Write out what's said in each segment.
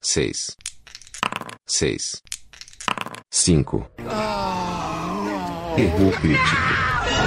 6, 6, 5. Erro crítico.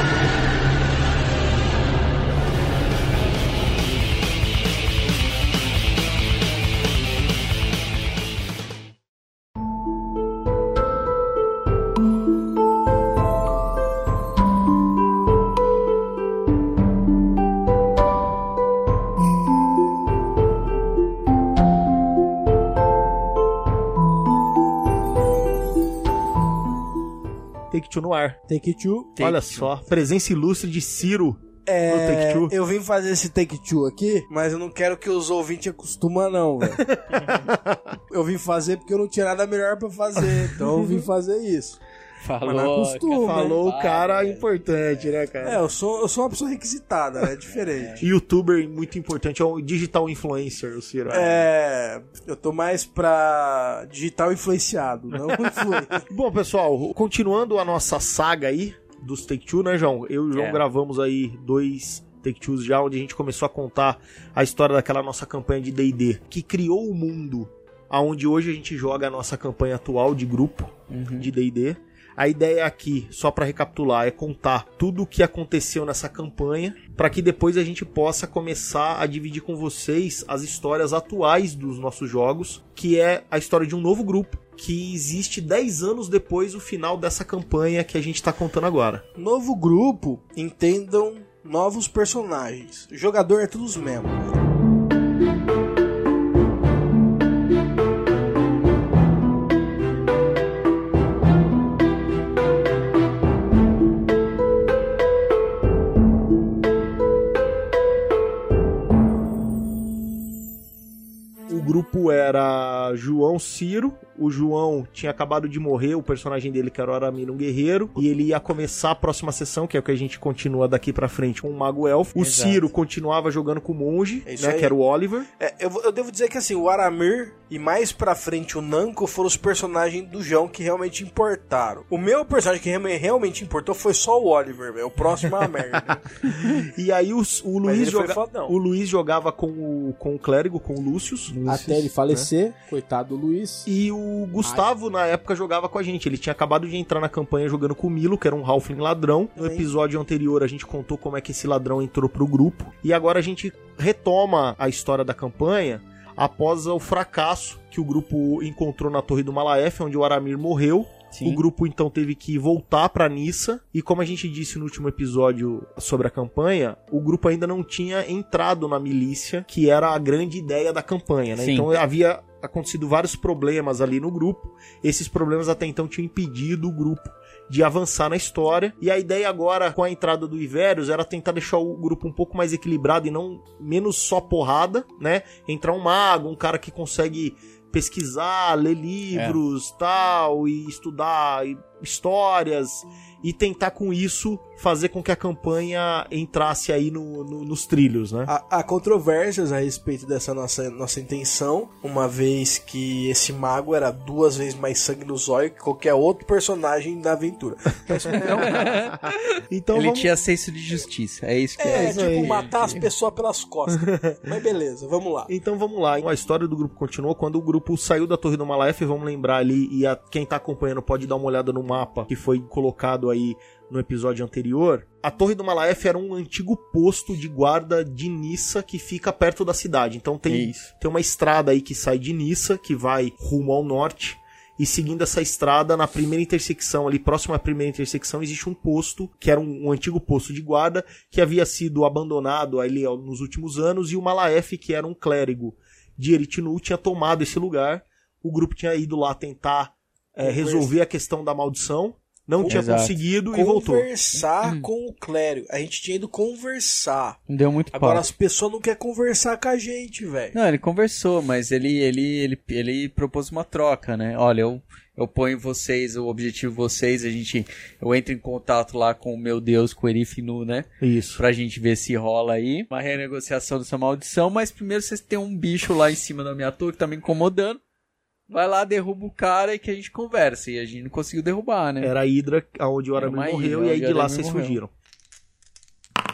Take-Two no ar. Take-Two. Olha só, presença ilustre de Ciro no Take-Two. Eu vim fazer esse Take-Two aqui, mas eu não quero que os ouvintes acostumem não, velho. Eu vim fazer porque eu não tinha nada melhor pra fazer, então eu vim fazer isso. Falou o cara importante, né, cara? Eu sou uma pessoa requisitada, é diferente. Youtuber muito importante, é o digital influencer, o Ciro. Eu tô mais pra digital influenciado, não influencer. Bom, pessoal, continuando a nossa saga aí dos Take-Two, né, João? Eu e o João gravamos aí 2 Take-Twos já, onde a gente começou a contar a história daquela nossa campanha de D&D, que criou o mundo aonde hoje a gente joga a nossa campanha atual de grupo de D&D. A ideia aqui, só para recapitular, é contar tudo o que aconteceu nessa campanha, para que depois a gente possa começar a dividir com vocês as histórias atuais dos nossos jogos, que é a história de um novo grupo, que existe 10 anos depois do final dessa campanha que a gente está contando agora. Novo grupo, entendam novos personagens. O jogador é todos os mesmos. O grupo era João, Ciro. O João tinha acabado de morrer, o personagem dele que era o Aramir, um guerreiro, e ele ia começar a próxima sessão, que é o que a gente continua daqui pra frente, com o Mago Elfo. O Ciro continuava jogando com o Monge, né, que era o Oliver. Eu devo dizer que assim, o Aramir e mais pra frente o Nanko foram os personagens do João que realmente importaram. O meu personagem que realmente importou foi só o Oliver, velho. O próximo é uma merda. E aí o Luiz jogava com o clérigo, com o Lúcius. Até ele falecer, né? Coitado do Luiz. E o Gustavo, na época, jogava com a gente. Ele tinha acabado de entrar na campanha jogando com o Milo, que era um halfling ladrão. No episódio anterior, a gente contou como é que esse ladrão entrou pro grupo. E agora a gente retoma a história da campanha após o fracasso que o grupo encontrou na Torre do Malaef, onde o Aramir morreu. Sim. O grupo então teve que voltar pra Nissa, e como a gente disse no último episódio sobre a campanha, o grupo ainda não tinha entrado na milícia, que era a grande ideia da campanha, né? Sim. Então havia acontecido vários problemas ali no grupo. Esses problemas até então tinham impedido o grupo de avançar na história, e a ideia agora, com a entrada do Iverius, era tentar deixar o grupo um pouco mais equilibrado e não menos só porrada, né? Entrar um mago, um cara que consegue pesquisar, ler livros, tal, e estudar histórias, e tentar com isso fazer com que a campanha entrasse aí nos trilhos, né? Há controvérsias a respeito dessa nossa intenção, uma vez que esse mago era 2 vezes mais sangue no zóio que qualquer outro personagem da aventura. Então ele tinha senso de justiça, é isso que tipo matar as pessoas pelas costas. Mas beleza, vamos lá. Então vamos lá, a história do grupo continuou quando o grupo saiu da Torre do Malaef, vamos lembrar ali, e quem tá acompanhando pode dar uma olhada no mapa que foi colocado aí no episódio anterior. A Torre do Malaef era um antigo posto de guarda de Nissa que fica perto da cidade. Então tem uma estrada aí que sai de Nissa, que vai rumo ao norte, e seguindo essa estrada, na primeira intersecção, ali próximo à primeira intersecção, existe um posto, que era um antigo posto de guarda, que havia sido abandonado ali nos últimos anos, e o Malaef, que era um clérigo de Eritnu, tinha tomado esse lugar. O grupo tinha ido lá tentar resolver a questão da maldição, não tinha conseguido e voltou. Conversar com o clérigo. A gente tinha ido conversar. Deu muito Agora as pessoas não querem conversar com a gente, velho. Não, ele conversou, mas ele propôs uma troca, né? Olha, eu ponho vocês, o objetivo de vocês, eu entro em contato lá com o meu Deus, com o Erifnu, né? Isso. Pra gente ver se rola aí uma renegociação dessa maldição, mas primeiro vocês têm um bicho lá em cima da minha torre que tá me incomodando. Vai lá, derruba o cara e que a gente conversa. E a gente não conseguiu derrubar, né? Era a Hydra, onde o Aramir morreu, e aí de lá vocês fugiram.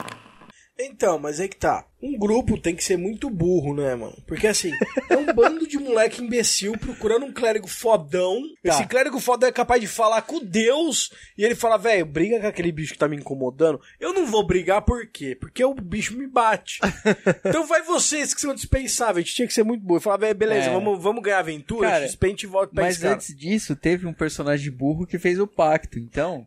Então, mas aí que tá. Um grupo tem que ser muito burro, né, mano? Porque assim, é um bando de de moleque imbecil procurando um clérigo fodão. Tá. Esse clérigo fodão é capaz de falar com Deus e ele fala, velho, briga com aquele bicho que tá me incomodando. Eu não vou brigar por quê? Porque o bicho me bate. Então vai vocês que são dispensáveis. A gente tinha que ser muito bom. Eu falava, velho, beleza, vamos ganhar aventura, Cara, XP, a gente volta pra esse Mas cara. antes disso, teve um personagem burro que fez o pacto, então...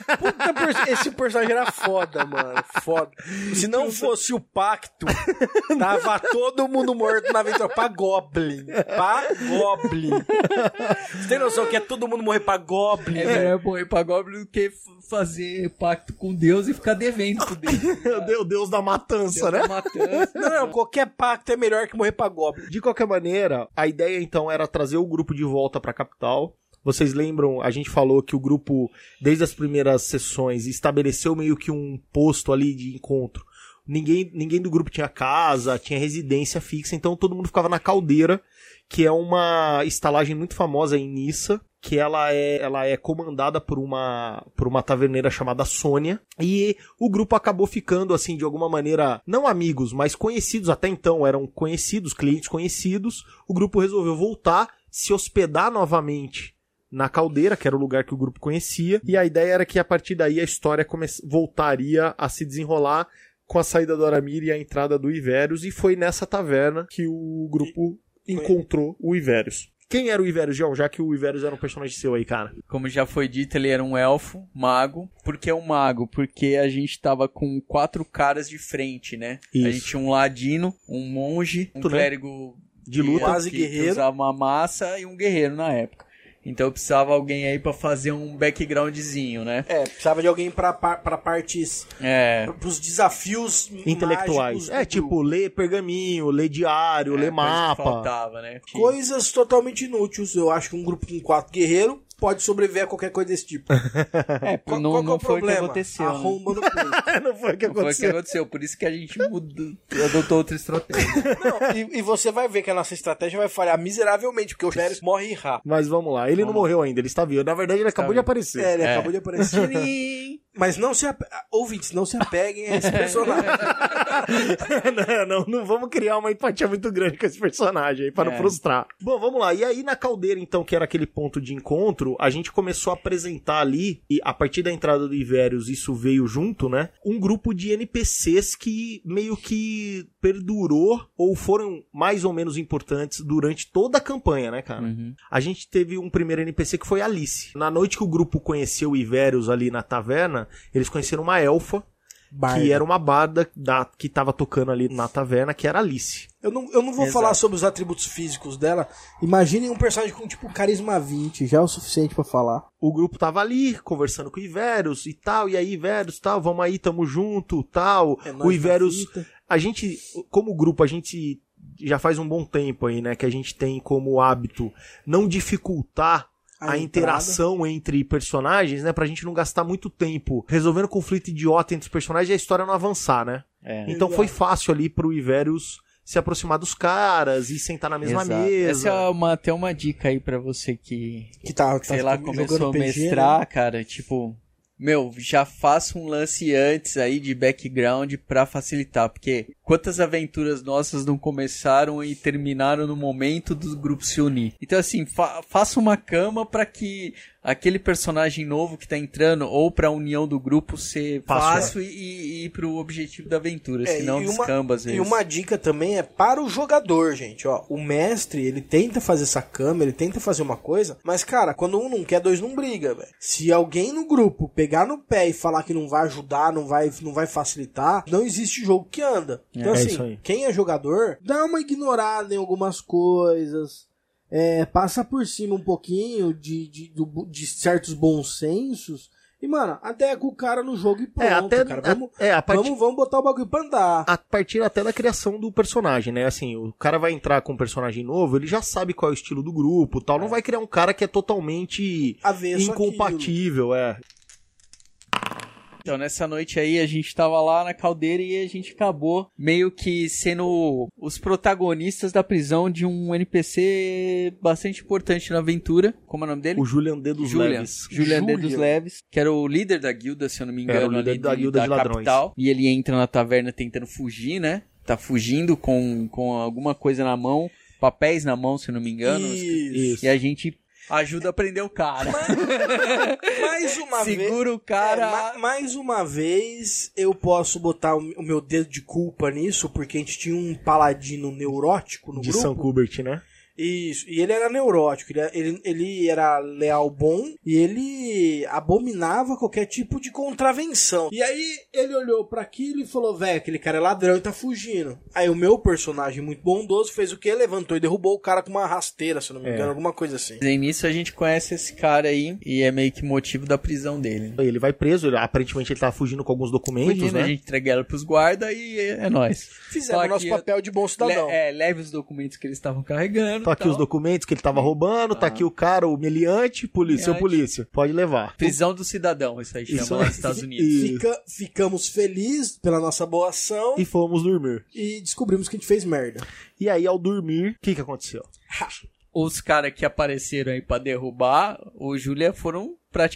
Esse personagem era foda, mano. Foda. Se não fosse o pacto, tava todo mundo morto na aventura. Pra Goblin. Pra Goblin. Você tem noção que é todo mundo morrer pra Goblin, É velho? melhor morrer pra Goblin do que fazer pacto com Deus e ficar devendo pro Deus. O Deus da matança, Deus né? da matança. Não, qualquer pacto é melhor que morrer pra Goblin. De qualquer maneira, a ideia então era trazer o grupo de volta pra capital. Vocês lembram, a gente falou que o grupo, desde as primeiras sessões, estabeleceu meio que um posto ali de encontro. Ninguém do grupo tinha casa, tinha residência fixa, então todo mundo ficava na Caldeira, que é uma estalagem muito famosa em Nissa, que ela é comandada por uma taverneira chamada Sônia, e o grupo acabou ficando, assim, de alguma maneira, não amigos, mas conhecidos, até então eram conhecidos, clientes conhecidos. O grupo resolveu voltar, se hospedar novamente na Caldeira, que era o lugar que o grupo conhecia, e a ideia era que a partir daí a história voltaria a se desenrolar com a saída do Aramir e a entrada do Ivérios, e foi nessa taverna que o grupo encontrou o Ivérios. Quem era o Ivérios, João? Já que o Ivérios era um personagem seu aí, cara. Como já foi dito, ele era um elfo, mago. Por que um mago? Porque a gente tava com 4 caras de frente, né? Isso. A gente tinha um ladino, um monge, um Né? clérigo De luta. Quase que guerreiro. usava uma massa e um guerreiro na época. Então eu precisava alguém aí pra fazer um backgroundzinho, né? Precisava de alguém pra partes... Pros desafios Intelectuais. mágicos do Tipo, ler pergaminho, ler diário, ler coisa que mapa. faltava, né? coisas totalmente inúteis. Eu acho que um grupo com 4 guerreiros pode sobreviver a qualquer coisa desse tipo. Qual não, que é não o foi o que problema? aconteceu. Né? Arromba no peito. Não foi o que Não foi o que aconteceu. aconteceu. Por isso que a gente adotou outra estratégia. Não, e você vai ver que a nossa estratégia vai falhar miseravelmente, porque o Férez morre rápido. Mas vamos lá, ele não morreu ainda, ele está vivo. Na verdade, ele acabou de aparecer. Ele acabou de aparecer. Mas não se ouvintes, não se apeguem a esse personagem. não vamos criar uma empatia muito grande com esse personagem aí, para não frustrar. Bom, vamos lá. E aí na Caldeira, então, que era aquele ponto de encontro, a gente começou a apresentar ali, e a partir da entrada do Ivérios, isso veio junto, né? Um grupo de NPCs que meio que perdurou, ou foram mais ou menos importantes durante toda a campanha, né, cara? Uhum. A gente teve um primeiro NPC que foi a Alice. Na noite que o grupo conheceu o Ivérios ali na taverna, eles conheceram uma elfa, que era uma barda que tava tocando ali na taverna, que era a Alice. Eu não vou Exato. falar sobre os atributos físicos dela. Imaginem um personagem com, tipo, carisma 20, já é o suficiente pra falar. O grupo tava ali, conversando com o Ivérios e tal, e aí, Ivérios, tal, vamos aí, tamo junto, tal. É nóis O na Ivérios, fita. a gente, como grupo, a gente já faz um bom tempo aí, né, que a gente tem como hábito não dificultar a interação entre personagens, né, pra gente não gastar muito tempo resolvendo conflito idiota entre os personagens e a história não avançar, né? Então foi fácil ali pro Ivérios se aproximar dos caras e sentar na mesma Exato. mesa. Essa é até uma dica aí pra você que sei lá, começou a jogando PG, mestrar, né? cara, tipo... Meu, já faça um lance antes aí de background pra facilitar, porque quantas aventuras nossas não começaram e terminaram no momento do grupo se unir. Então assim, faça uma cama pra que aquele personagem novo que tá entrando, ou pra união do grupo, ser fácil e ir pro objetivo da aventura, senão descamba às vezes. E uma dica também é para o jogador, gente, ó, o mestre, ele tenta fazer essa cama, ele tenta fazer uma coisa, mas cara, quando um não quer, dois não briga, velho. Se alguém no grupo pegar no pé e falar que não vai ajudar, não vai facilitar, não existe jogo que anda. Então isso assim, aí. quem é jogador, dá uma ignorada em algumas coisas, passa por cima um pouquinho de certos bons sensos e, mano, adequa o cara no jogo e pronto, cara. Vamos botar o bagulho pra andar. A partir até da criação do personagem, né? Assim, o cara vai entrar com um personagem novo, ele já sabe qual é o estilo do grupo e tal. Não vai criar um cara que é totalmente Avesso incompatível, Então, nessa noite aí, a gente tava lá na Caldeira e a gente acabou meio que sendo os protagonistas da prisão de um NPC bastante importante na aventura. Como é o nome dele? O Julian D. dos Leves. Julian D. dos Leves, que era o líder da guilda, se eu não me engano, Era o líder ali da guilda de ladrões. capital. E ele entra na taverna tentando fugir, né? Tá fugindo com alguma coisa na mão. papéis na mão, se não me engano. Isso. E a gente ajuda a prender o cara. Mais uma vez. Segura o cara. Mais uma vez, eu posso botar o meu dedo de culpa nisso, porque a gente tinha um paladino neurótico no De grupo. São Kubert, né? Isso, e ele era neurótico, ele era leal bom e ele abominava qualquer tipo de contravenção. E aí ele olhou pra aquilo e falou, velho, aquele cara é ladrão e tá fugindo. Aí o meu personagem muito bondoso fez o quê? Levantou e derrubou o cara com uma rasteira, se eu não me engano, alguma coisa assim. E nisso a gente conhece esse cara aí e é meio que motivo da prisão dele. Ele vai preso, aparentemente ele tava fugindo com alguns documentos, né? A gente entrega ela pros guardas e é nóis. Fizemos nosso papel de bom cidadão. Leve os documentos que eles estavam carregando. Tá aqui os documentos que ele tava roubando, tá aqui o cara, o meliante, seu polícia. Pode levar. Prisão do cidadão, isso aí chama lá nos Estados Unidos. Ficamos felizes pela nossa boa ação. E fomos dormir. E descobrimos que a gente fez merda. E aí, ao dormir, o que aconteceu? Os caras que apareceram aí pra derrubar o Júlia foram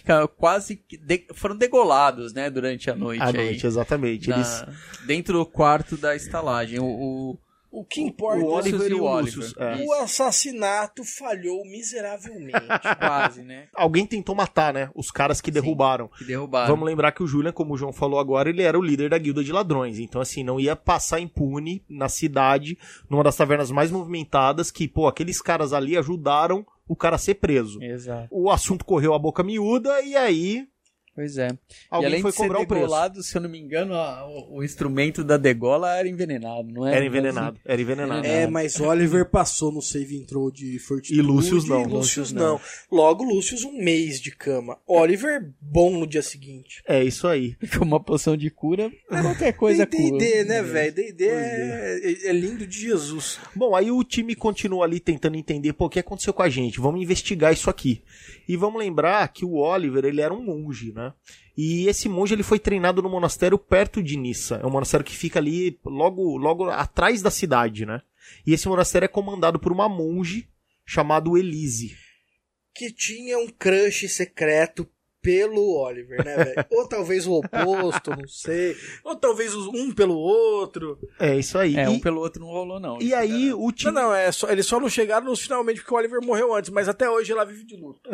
foram degolados, né, durante a noite. Exatamente. Dentro do quarto da estalagem. O que importa o Oliver e o Lucius. O assassinato falhou miseravelmente. Quase, né? Alguém tentou matar, né? Os caras que derrubaram. Vamos lembrar que o Julian, como o João falou agora, ele era o líder da guilda de ladrões. Então, assim, não ia passar impune na cidade, numa das tavernas mais movimentadas, que, aqueles caras ali ajudaram o cara a ser preso. Exato. O assunto correu a boca miúda e aí... Pois é. Alguém e além foi de ser cobrar degolado, se eu não me engano, o instrumento da degola era envenenado, não era? Era envenenado. Mas Oliver passou no save intro de Fortitude. E Lúcius não. Lúcius não. Logo, Lúcius um mês de cama. Oliver bom no dia seguinte. É isso aí. Com uma poção de cura, qualquer coisa cura. D&D, né, velho? D&D é lindo de Jesus. Bom, aí o time continua ali tentando entender, o que aconteceu com a gente? Vamos investigar isso aqui. E vamos lembrar que o Oliver, ele era um monge, né? E esse monge, ele foi treinado no monastério perto de Nissa. É um monastério que fica ali logo atrás da cidade, né? E esse monastério é comandado por uma monge chamada Elise. Que tinha um crush secreto pelo Oliver, né, velho? Ou talvez o oposto, não sei. Ou talvez um pelo outro. É, isso aí. Um pelo outro não rolou, não. E aí o time... Não, eles só não chegaram nos finalmente porque o Oliver morreu antes, mas até hoje ela vive de luto.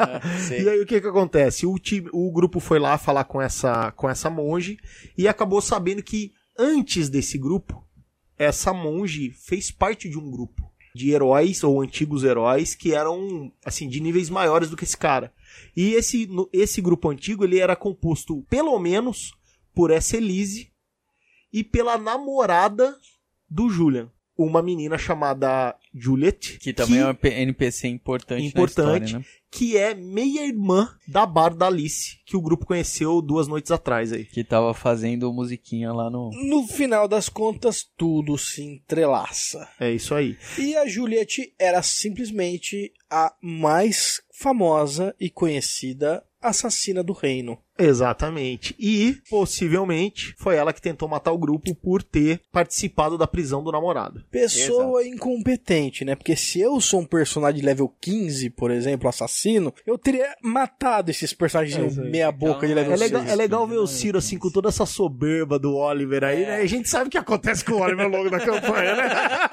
E aí o que acontece? O grupo foi lá falar com essa monge e acabou sabendo que antes desse grupo, essa monge fez parte de um grupo de heróis ou antigos heróis que eram, assim, de níveis maiores do que esse cara. E esse grupo antigo, ele era composto, pelo menos, por essa Elise e pela namorada do Julian. Uma menina chamada Juliet. Que também é uma NPC importante na história, né? Que é meia-irmã da Barda Alice, que o grupo conheceu 2 noites atrás aí. Que tava fazendo musiquinha lá no... No final das contas, tudo se entrelaça. É isso aí. E a Juliet era simplesmente a mais famosa e conhecida assassina do reino. Exatamente. E, possivelmente, foi ela que tentou matar o grupo por ter participado da prisão do namorado. Pessoa incompetente, né? Porque se eu sou um personagem de level 15, por exemplo, assassino, eu teria matado esses personagens meia boca de level 6. É legal ver o Ciro, assim, com toda essa soberba do Oliver aí, né? A gente sabe o que acontece com o Oliver ao longo da campanha, né?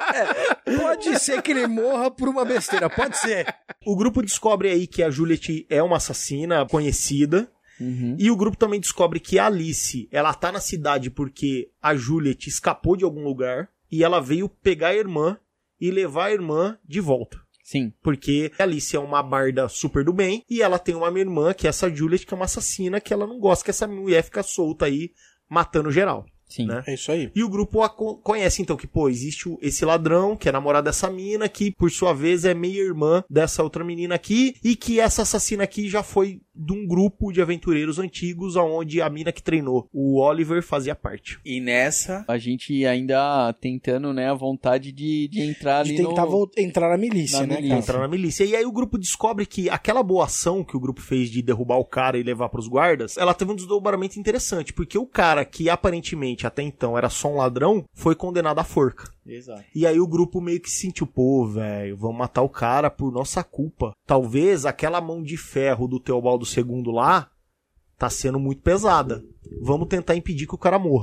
Pode ser que ele morra por uma besteira, pode ser. O grupo descobre aí que a Juliet é uma assassina conhecida. E o grupo também descobre que a Alice, ela tá na cidade porque a Juliet escapou de algum lugar e ela veio pegar a irmã e levar a irmã de volta. Sim. Porque a Alice é uma barda super do bem e ela tem uma irmã, que é essa Juliet, que é uma assassina, que ela não gosta que essa mulher fica solta aí matando geral. Sim, né? É isso aí. E o grupo conhece, então, que, existe esse ladrão, que é namorado dessa mina, que, por sua vez, é meia-irmã dessa outra menina aqui, e que essa assassina aqui já foi de um grupo de aventureiros antigos, onde a mina que treinou o Oliver fazia parte. E nessa, a gente ainda tentando, né, a vontade de entrar ali entrar na milícia, né, cara? Entrar na milícia. E aí o grupo descobre que aquela boa ação que o grupo fez de derrubar o cara e levar pros guardas, ela teve um desdobramento interessante, porque o cara que aparentemente até então era só um ladrão, foi condenado à forca. Exato. E aí o grupo meio que se sentiu, velho, vamos matar o cara por nossa culpa. Talvez aquela mão de ferro do Teobaldo II lá tá sendo muito pesada. Vamos tentar impedir que o cara morra.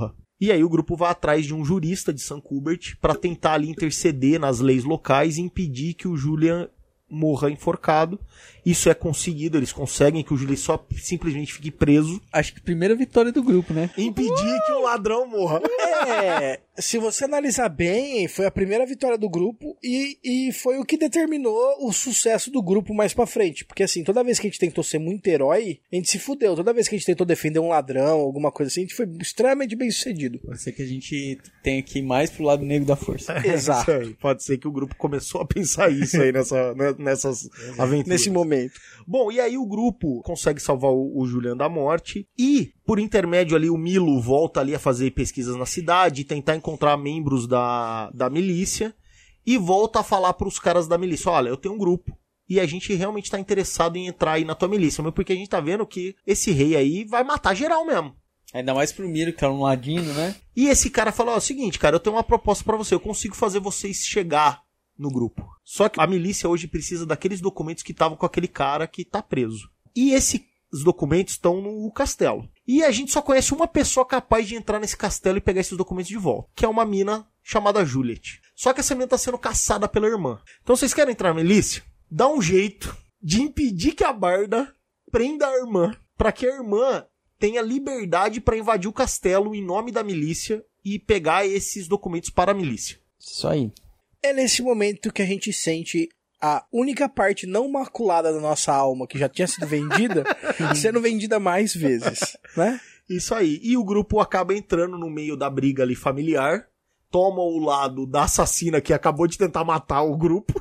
E aí o grupo vai atrás de um jurista de St. Hubert pra tentar ali interceder nas leis locais e impedir que o Julian morra enforcado. Isso é conseguido, eles conseguem que o Julian só simplesmente fique preso. Acho que primeira vitória do grupo, né? Impedir que o ladrão morra. Se você analisar bem, foi a primeira vitória do grupo e foi o que determinou o sucesso do grupo mais pra frente. Porque assim, toda vez que a gente tentou ser muito herói, a gente se fudeu. Toda vez que a gente tentou defender um ladrão, alguma coisa assim, a gente foi extremamente bem sucedido. Pode ser que a gente tenha que ir mais pro lado negro da força. Exato. Isso aí. Pode ser que o grupo começou a pensar isso aí nessas aventuras. Nesse momento. Bom, e aí o grupo consegue salvar o Julian da morte e, por intermédio ali, o Milo volta ali a fazer pesquisas na cidade, tentar encontrar membros da milícia e volta a falar pros caras da milícia, olha, eu tenho um grupo e a gente realmente tá interessado em entrar aí na tua milícia, mas porque a gente tá vendo que esse rei aí vai matar geral mesmo. Ainda mais pro Miro, que tá um ladinho, né? E esse cara falou, ó, é o seguinte, cara, eu tenho uma proposta pra você, eu consigo fazer vocês chegar no grupo. Só que a milícia hoje precisa daqueles documentos que estavam com aquele cara que tá preso. E esses documentos estão no castelo. E a gente só conhece uma pessoa capaz de entrar nesse castelo e pegar esses documentos de volta, que é uma mina chamada Juliet. Só que essa mina tá sendo caçada pela irmã. Então vocês querem entrar na milícia? Dá um jeito de impedir que a Barda prenda a irmã, pra que a irmã tenha liberdade pra invadir o castelo em nome da milícia e pegar esses documentos para a milícia. Isso aí. É nesse momento que a gente sente a única parte não maculada da nossa alma, que já tinha sido vendida, sendo vendida mais vezes, né? Isso aí. E o grupo acaba entrando no meio da briga ali familiar, toma o lado da assassina que acabou de tentar matar o grupo,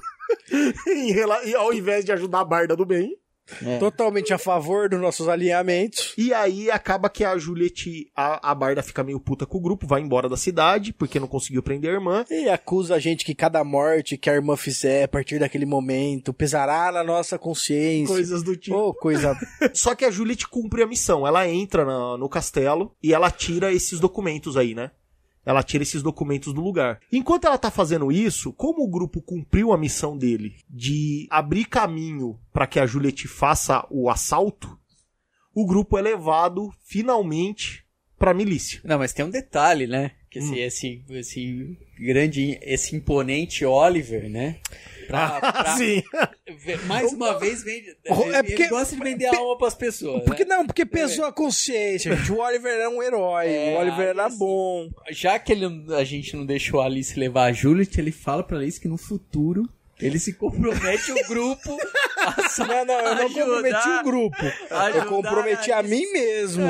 e ao invés de ajudar a Barda do bem. Totalmente a favor dos nossos alinhamentos. E aí acaba que a Juliet, a Barda fica meio puta com o grupo, vai embora da cidade, porque não conseguiu prender a irmã. E acusa a gente que cada morte que a irmã fizer a partir daquele momento pesará na nossa consciência. Coisas do tipo. Oh, coisa... Só que a Juliet cumpre a missão. Ela entra no castelo e ela tira esses documentos aí, né? Ela tira esses documentos do lugar. Enquanto ela tá fazendo isso, como o grupo cumpriu a missão dele de abrir caminho para que a Juliet faça o assalto, o grupo é levado finalmente pra milícia. Não, mas tem um detalhe, né? Que esse imponente Oliver, né? Sim. Mais uma vez vende. Porque ele gosta de vender a alma pras pessoas. Porque né? não, porque pesou a consciência, gente. O Oliver era um herói, o Oliver era bom. Já que a gente não deixou a Alice levar a Juliet, ele fala pra Alice que no futuro ele se compromete o grupo a Não, eu não comprometi o grupo. Eu comprometi a mim mesmo.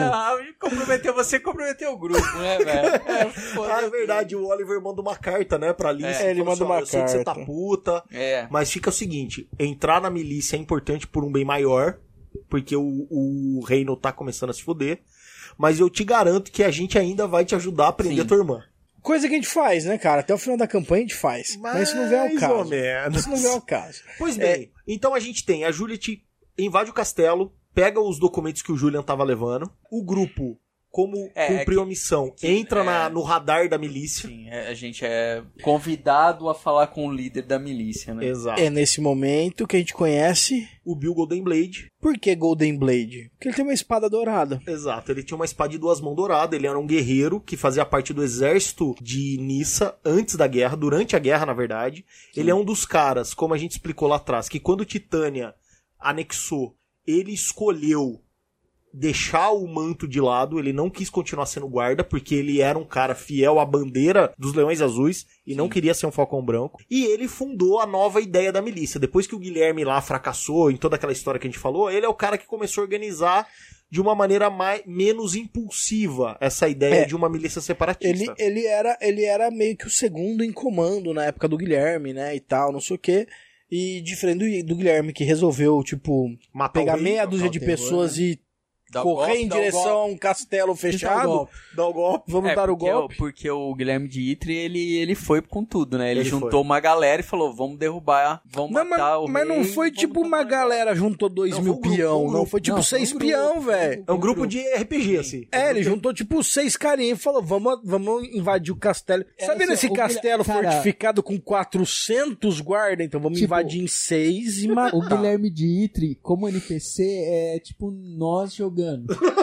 Você comprometeu o grupo, né, velho? É verdade, o Oliver manda uma carta, né, pra Alice. Ele manda uma eu sei que você tá carta. puta, mas fica o seguinte, entrar na milícia é importante por um bem maior, porque o reino tá começando a se fuder, mas eu te garanto que a gente ainda vai te ajudar a prender a tua irmã. Coisa que a gente faz, né, cara? Até o final da campanha a gente faz. Mas isso não vem ao caso. Isso não vem ao caso. Pois bem, então a gente tem a Juliet invade o castelo, pega os documentos que o Julian tava levando, o grupo, como cumpriu a missão, entra no radar da milícia. Sim, a gente é convidado a falar com o líder da milícia, né? Exato. É nesse momento que a gente conhece o Bill Golden Blade. Por que Golden Blade? Porque ele tem uma espada dourada. Exato, ele tinha uma espada de 2 mãos dourada, ele era um guerreiro que fazia parte do exército de Nyssa antes da guerra, durante a guerra, na verdade. Sim. Ele é um dos caras, como a gente explicou lá atrás, que quando Titânia anexou, ele escolheu deixar o manto de lado, ele não quis continuar sendo guarda, porque ele era um cara fiel à bandeira dos Leões Azuis e não queria ser um Falcão Branco. E ele fundou a nova ideia da milícia. Depois que o Guilherme lá fracassou em toda aquela história que a gente falou, ele é o cara que começou a organizar de uma maneira menos impulsiva essa ideia de uma milícia separatista. Ele era meio que o segundo em comando na época do Guilherme, né, e tal, não sei o quê. E diferente do Guilherme, que resolveu, tipo, pegar meia dúzia de pessoas, né? E correr em direção a um castelo fechado. Dá o golpe. Vamos dar o golpe. Porque o Guilherme de Itri, ele foi com tudo, né? Ele juntou uma galera e falou, vamos derrubar, vamos matar o rei. Mas não foi tipo uma galera juntou 2.000 peão. Não, foi tipo 6 peão, velho. É um grupo de RPG, assim. Ele juntou tipo 6 carinhas e falou, vamos invadir o castelo. Sabe nesse castelo fortificado com 400 guardas? Então vamos invadir em 6 e matar. O Guilherme de Itri, como NPC, é tipo nós jogando.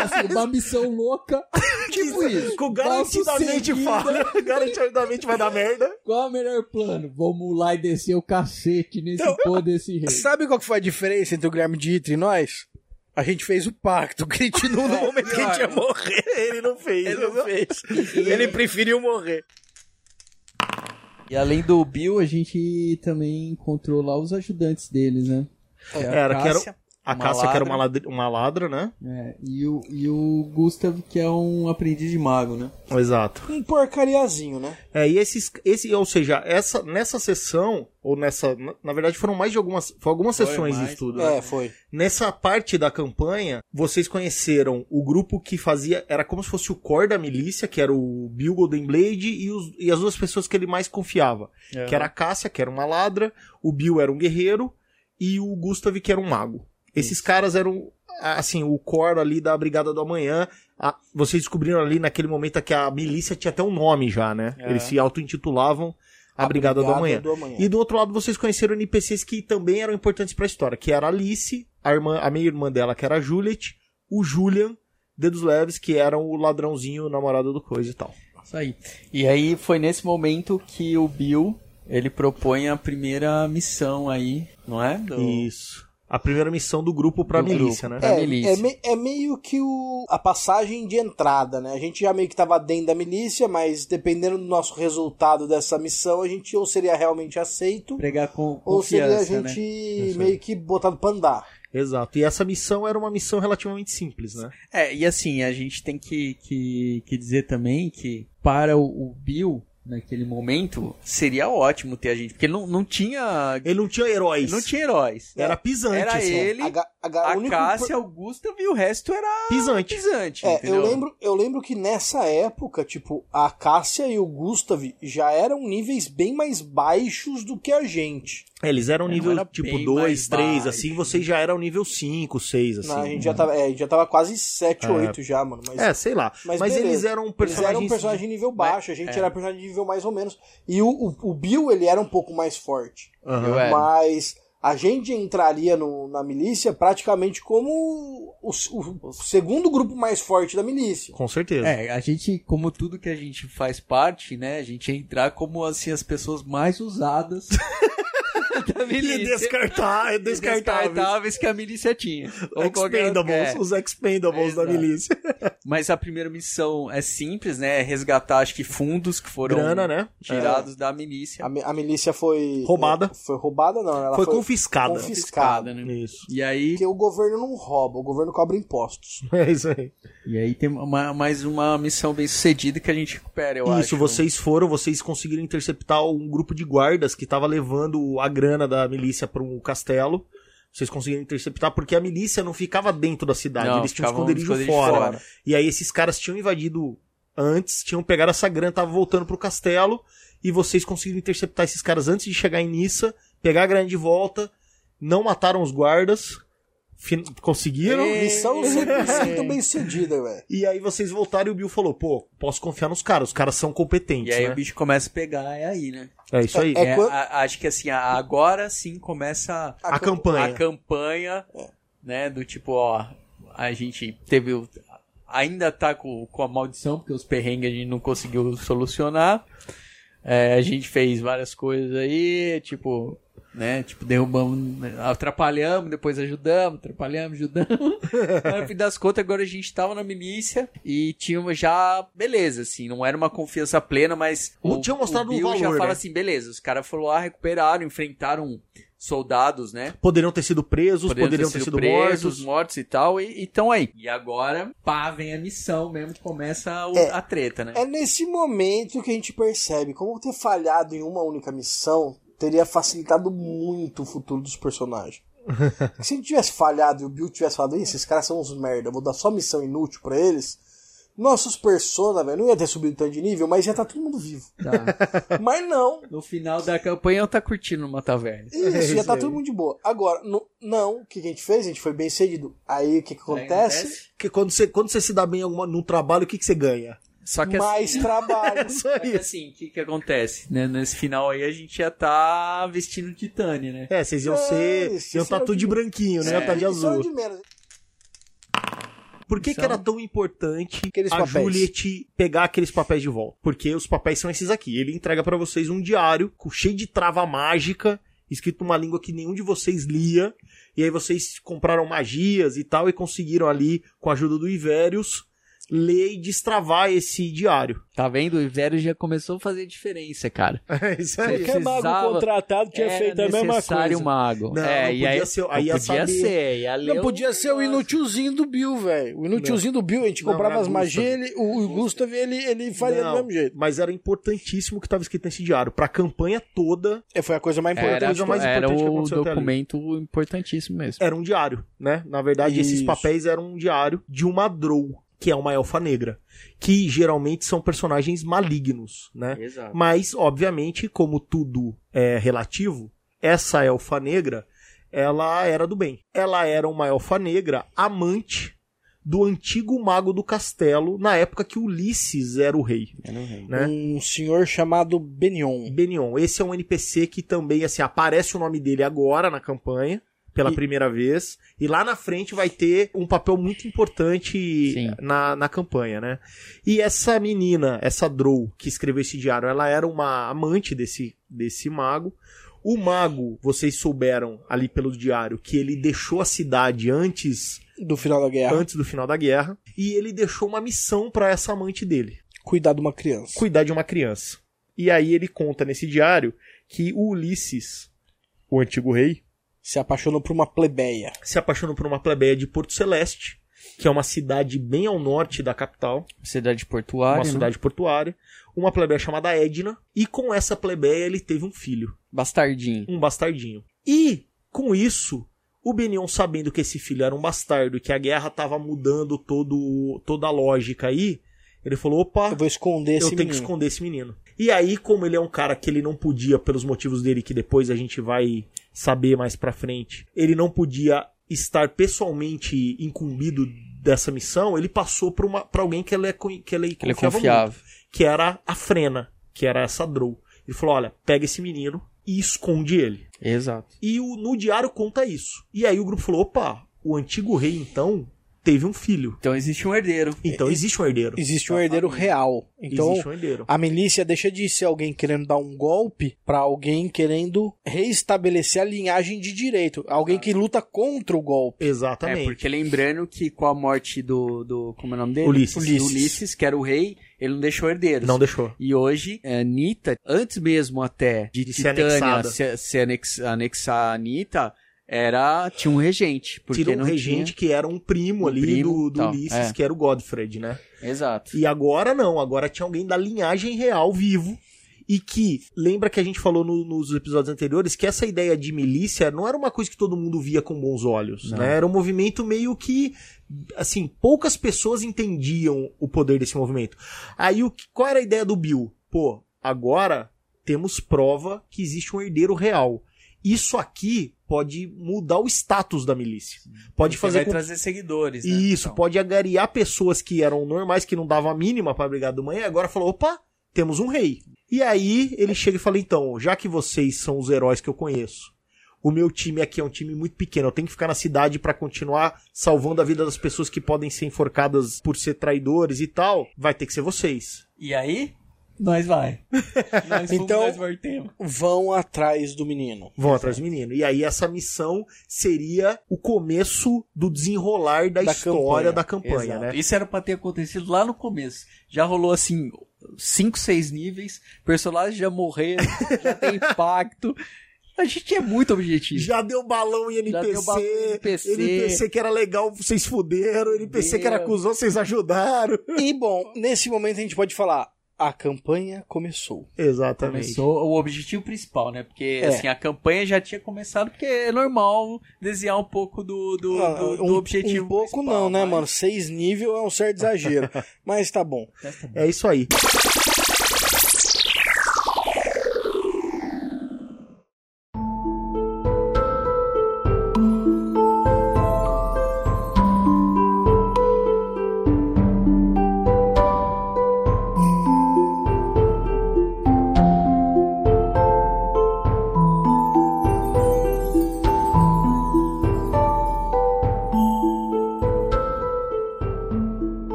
assim, uma missão louca. Tipo isso. Com garantidamente falha. Garantidamente vai dar merda. Qual é o melhor plano? Vamos lá e descer o cacete nesse pô desse rei. Sabe qual que foi a diferença entre o Guilherme Dieter e nós? A gente fez o pacto, que a gente no momento que a gente ia morrer. Ele não fez. Ele não fez. Ele preferiu morrer. E além do Bill, a gente também encontrou lá os ajudantes deles, né? A Cássia, que era uma ladra, né? É, e o Gustav, que é um aprendiz de mago, né? Exato. Um porcariazinho, né? Ou seja, nessa sessão, ou na verdade foram algumas sessões de estudo. Né? Foi. Nessa parte da campanha, vocês conheceram o grupo que era como se fosse o core da milícia, que era o Bill Goldenblade e as duas pessoas que ele mais confiava. Que era a Cássia, que era uma ladra, o Bill era um guerreiro, e o Gustav, que era um mago. Esses caras eram, assim, o core ali da Brigada do Amanhã. Vocês descobriram ali naquele momento que a milícia tinha até um nome já, né? Eles se auto-intitulavam a Brigada do Amanhã. E do outro lado vocês conheceram NPCs que também eram importantes pra história, que era a Alice, a meia-irmã dela, que era a Juliet, o Julian, Dedos Leves, que era o ladrãozinho, o namorado do coisa e tal. Isso aí. E aí foi nesse momento que o Bill, ele propõe a primeira missão aí, não é? Isso. A primeira missão do grupo pra milícia, né? É meio que a passagem de entrada, né? A gente já meio que tava dentro da milícia, mas dependendo do nosso resultado dessa missão, a gente ou seria realmente aceito, pregar com ou seria a confiança, gente meio que botado pra andar. Exato. E essa missão era uma missão relativamente simples, né? E assim, a gente tem que dizer também que para o Bill, naquele momento, seria ótimo ter a gente, porque ele não tinha... Ele não tinha heróis. Ele não tinha heróis. Era pisante. Era assim. ele, a Cássia, o Gustav e o resto era pisante. Eu lembro que nessa época, tipo, a Cássia e o Gustav já eram níveis bem mais baixos do que a gente. Eles eram nível tipo 2, 3, assim, vocês já eram nível 5, 6, assim. Não, a gente já tava quase 7, 8 já, mano. Mas, sei lá. Mas eles eram personagens... Eles eram um personagem de nível baixo, a gente era personagem de nível mais ou menos. E o Bill, ele era um pouco mais forte. Mas a gente entraria na milícia praticamente como o segundo grupo mais forte da milícia. Com certeza. A gente, como tudo que a gente faz parte, né, a gente ia entrar como, assim, as pessoas mais usadas... da milícia. E descartáveis que a milícia tinha. Os expendables da milícia. Mas a primeira missão é simples, né? É resgatar, acho que fundos que foram tirados da milícia. A milícia foi... roubada. Foi roubada, não. Ela foi confiscada. Confiscada, né? Isso. E aí... Porque o governo não rouba, o governo cobra impostos. É isso aí. E aí tem mais uma missão bem sucedida que a gente recupera, eu acho. Isso, vocês conseguiram interceptar um grupo de guardas que tava levando a grana da milícia para um castelo. Vocês conseguiram interceptar porque a milícia não ficava dentro da cidade, eles tinham um esconderijo fora. E aí esses caras tinham invadido antes, tinham pegado essa grana, estavam voltando pro castelo, e vocês conseguiram interceptar esses caras antes de chegar em Nissa, pegar a grana de volta, não mataram os guardas, conseguiram. Missão 100% bem sucedida, velho. E aí vocês voltaram e o Bill falou, posso confiar nos caras, os caras são competentes, e aí né? o bicho começa a pegar, né? É isso aí. Acho que assim, agora sim começa a campanha. A campanha, né? Do tipo, a gente teve... Ainda tá com a maldição, porque os perrengues a gente não conseguiu solucionar. A gente fez várias coisas aí, tipo... né? Tipo, derrubamos, atrapalhamos, depois ajudamos. No fim das contas, agora a gente tava na milícia e tínhamos já, beleza, assim, não era uma confiança plena, mas tinha mostrado o Bill valor, já fala né? assim, beleza, os caras falaram, recuperaram, enfrentaram soldados, né? Poderiam ter sido presos, poderiam ter sido mortos e tal, e estão aí. E agora, vem a missão mesmo, começa a treta, né? É nesse momento que a gente percebe como ter falhado em uma única missão teria facilitado muito o futuro dos personagens. Se a gente tivesse falhado e o Bill tivesse falado, esses caras são uns merda, vou dar só missão inútil pra eles, nossos personagens, velho, não ia ter subido tanto de nível, mas ia estar todo mundo vivo. Tá. Mas não. No final da campanha eu tá curtindo uma taverna. Isso, ia estar todo mundo de boa. Agora, o que a gente fez? A gente foi bem cedido. Aí o que acontece? Que quando você se dá bem no trabalho, o que você ganha? Só que mais trabalho. Só que assim, o que acontece? Né? Nesse final aí a gente ia tá vestindo Titânia, né? Vocês iam estar tudo de branquinho, né? Ia estar de azul. Por que era tão importante Aqueles a papéis. Juliet pegar aqueles papéis de volta? Porque os papéis são esses aqui. Ele entrega pra vocês um diário cheio de trava mágica, escrito numa língua que nenhum de vocês lia. E aí vocês compraram magias e tal e conseguiram ali, com a ajuda do Iverius, ler e destravar esse diário. Tá vendo? O Ivero já começou a fazer diferença, cara. É isso aí. Qualquer mago contratado tinha feito a mesma necessário coisa. mago. Não, é, não e podia aí, ser- não aí ia podia saber. ser. Ia ler Não podia ser o inutilzinho do Bill, velho. O inutilzinho do Bill, a gente Não, comprava é as magias, o Gustav, ele faria Não, do mesmo jeito. mas era importantíssimo o que estava escrito nesse diário. Pra campanha toda, Foi a coisa mais importante. Era, coisa mais era importante que o aconteceu até ali. documento importantíssimo mesmo. era um diário, né? Na verdade, esses Isso. papéis eram um diário de uma Drow, que é uma elfa negra, que geralmente são personagens malignos, né? Exato. Mas, obviamente, como tudo é relativo, essa elfa negra, ela era do bem. Ela era uma elfa negra amante do antigo mago do castelo, na época que Ulisses era o rei, né? Um senhor chamado Benion. Benion. Esse é um NPC que também, assim, aparece o nome dele agora na campanha, pela primeira vez, e lá na frente vai ter um papel muito importante Sim. na campanha, né? E essa menina, essa Drow, que escreveu esse diário, ela era uma amante desse mago. O mago, vocês souberam ali pelo diário, que ele deixou a cidade antes Do final da guerra. do final da guerra, e ele deixou uma missão pra essa amante dele. Cuidar de uma criança. Cuidar de uma criança. E aí ele conta nesse diário que o Ulisses, o antigo rei, Se apaixonou por uma plebeia. se apaixonou por uma plebeia de Porto Celeste, que é uma cidade bem ao norte da capital, Cidade portuária, uma né? cidade portuária, uma plebeia chamada Edna, e com essa plebeia ele teve um filho, Bastardinho. um bastardinho. E, com isso, o Benion, sabendo que esse filho era um bastardo e que a guerra estava mudando toda a lógica aí, ele falou, opa, Eu vou esconder esse eu tenho que menino. esconder esse menino. E aí, como ele é um cara que ele não podia, pelos motivos dele, que depois a gente vai saber mais pra frente, ele não podia estar pessoalmente incumbido dessa missão, ele passou pra alguém que ele confiava muito, que era a Frena, que era essa Drow. Ele falou, olha, pega esse menino e esconde ele. Exato. E no diário conta isso. E aí o grupo falou, opa, o antigo rei, então, teve um filho. Então existe um herdeiro. Então existe um herdeiro. Existe um herdeiro real. Então, Existe um herdeiro. a milícia deixa de ser alguém querendo dar um golpe pra alguém querendo reestabelecer a linhagem de direito. Alguém que luta contra o golpe. Exatamente. É, porque lembrando que com a morte do como é o nome dele? Ulisses. Ulisses, que era o rei, ele não deixou herdeiros. Não deixou. E hoje, a Anitta, antes mesmo até de De ser Titânia anexada. se anexar a Anitta, tinha um regente. Porque Tirou um não regente que era um primo Um ali primo, do tal, Ulisses, é. que era o Godfred, né? tinha... Exato. E agora não, agora tinha alguém da linhagem real vivo. E que, lembra que a gente falou nos episódios anteriores, que essa ideia de milícia não era uma coisa que todo mundo via com bons olhos, né? Era um movimento meio que, assim, poucas pessoas entendiam o poder desse movimento. Aí, qual era a ideia do Bill? Pô, agora temos prova que existe um herdeiro real. Isso aqui pode mudar o status da milícia. Pode fazer vai com trazer seguidores, né? isso, Então, pode agariar pessoas que eram normais, que não davam a mínima pra brigar do manhã, e agora falou, opa, temos um rei. E aí ele chega e fala, então, já que vocês são os heróis que eu conheço, o meu time aqui é um time muito pequeno, eu tenho que ficar na cidade pra continuar salvando a vida das pessoas que podem ser enforcadas por ser traidores e tal, vai ter que ser vocês. E aí, nós vai. Nós Então- nós voltemos. Vão atrás do menino. Vão atrás do menino. E aí essa missão seria o começo do desenrolar da história da campanha, Exato. né? Isso era pra ter acontecido lá no começo. Já rolou assim 5, 6 níveis, personagens já morreram, já tem impacto. A gente é muito objetivo. Já deu balão em NPC, deu balão em NPC. NPC que era legal, vocês fuderam, NPC que era Deu. cuzão, vocês ajudaram. E, bom, nesse momento a gente pode falar, a campanha começou. Exatamente. Começou o objetivo principal, né? Porque É. assim, a campanha já tinha começado, porque é normal desviar um pouco do objetivo Um pouco principal, não, né, mas- mano? 6 níveis é um certo exagero. Mas tá bom. É isso aí.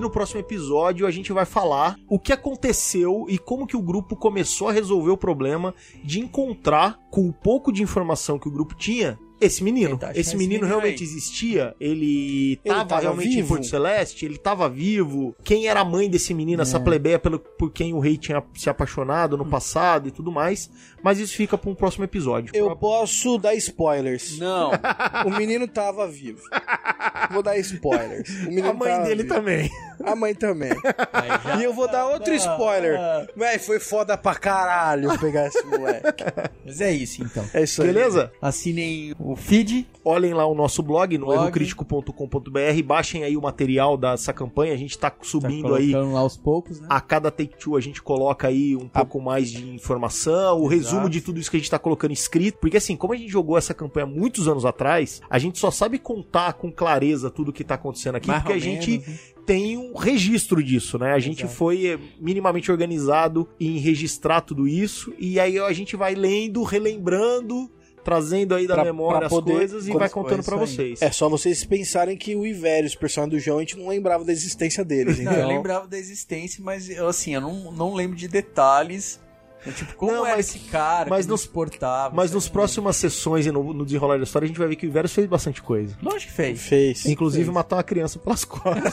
no próximo episódio a gente vai falar o que aconteceu e como que o grupo começou a resolver o problema de encontrar, com o pouco de informação que o grupo tinha, esse menino. Esse menino realmente existia? Ele tava realmente vivo? em Porto Celeste? Ele tava vivo? Quem era a mãe desse menino, essa plebeia por quem o rei tinha se apaixonado no passado e tudo mais? Mas isso fica para um próximo episódio. Eu posso dar spoilers. Não. O menino tava vivo. Vou dar spoilers. O menino A mãe tava dele vivo. também. A mãe também. E eu vou dar outro spoiler. Véi, foi foda pra caralho pegar esse moleque. Mas é isso, então. É isso aí. Beleza? Assinem o feed. Olhem lá o nosso blog no errocritico.com.br, baixem aí o material dessa campanha, a gente tá subindo aí Colocando lá aos poucos, né? a cada Take Two, a gente coloca aí um pouco mais de informação, o resumo de tudo isso que a gente tá colocando escrito, porque assim, como a gente jogou essa campanha muitos anos atrás, a gente só sabe contar com clareza tudo que tá acontecendo aqui, porque a gente tem um registro disso, né? A gente foi minimamente organizado em registrar tudo isso, e aí a gente vai lendo, relembrando, trazendo aí da memória as coisas e vai contando pra vocês. É só vocês pensarem que o Ivérios, o personagem do João, a gente não lembrava da existência deles. Não, Então, eu lembrava da existência, mas eu não lembro de detalhes. Tipo, como era esse cara mas que nos portava. Mas nos próximas sessões e no desenrolar da história, a gente vai ver que o Ivérios fez bastante coisa. Lógico que fez. fez. Inclusive matar uma criança pelas costas.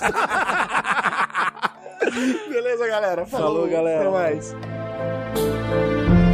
Beleza, galera? Falou, galera. Até mais.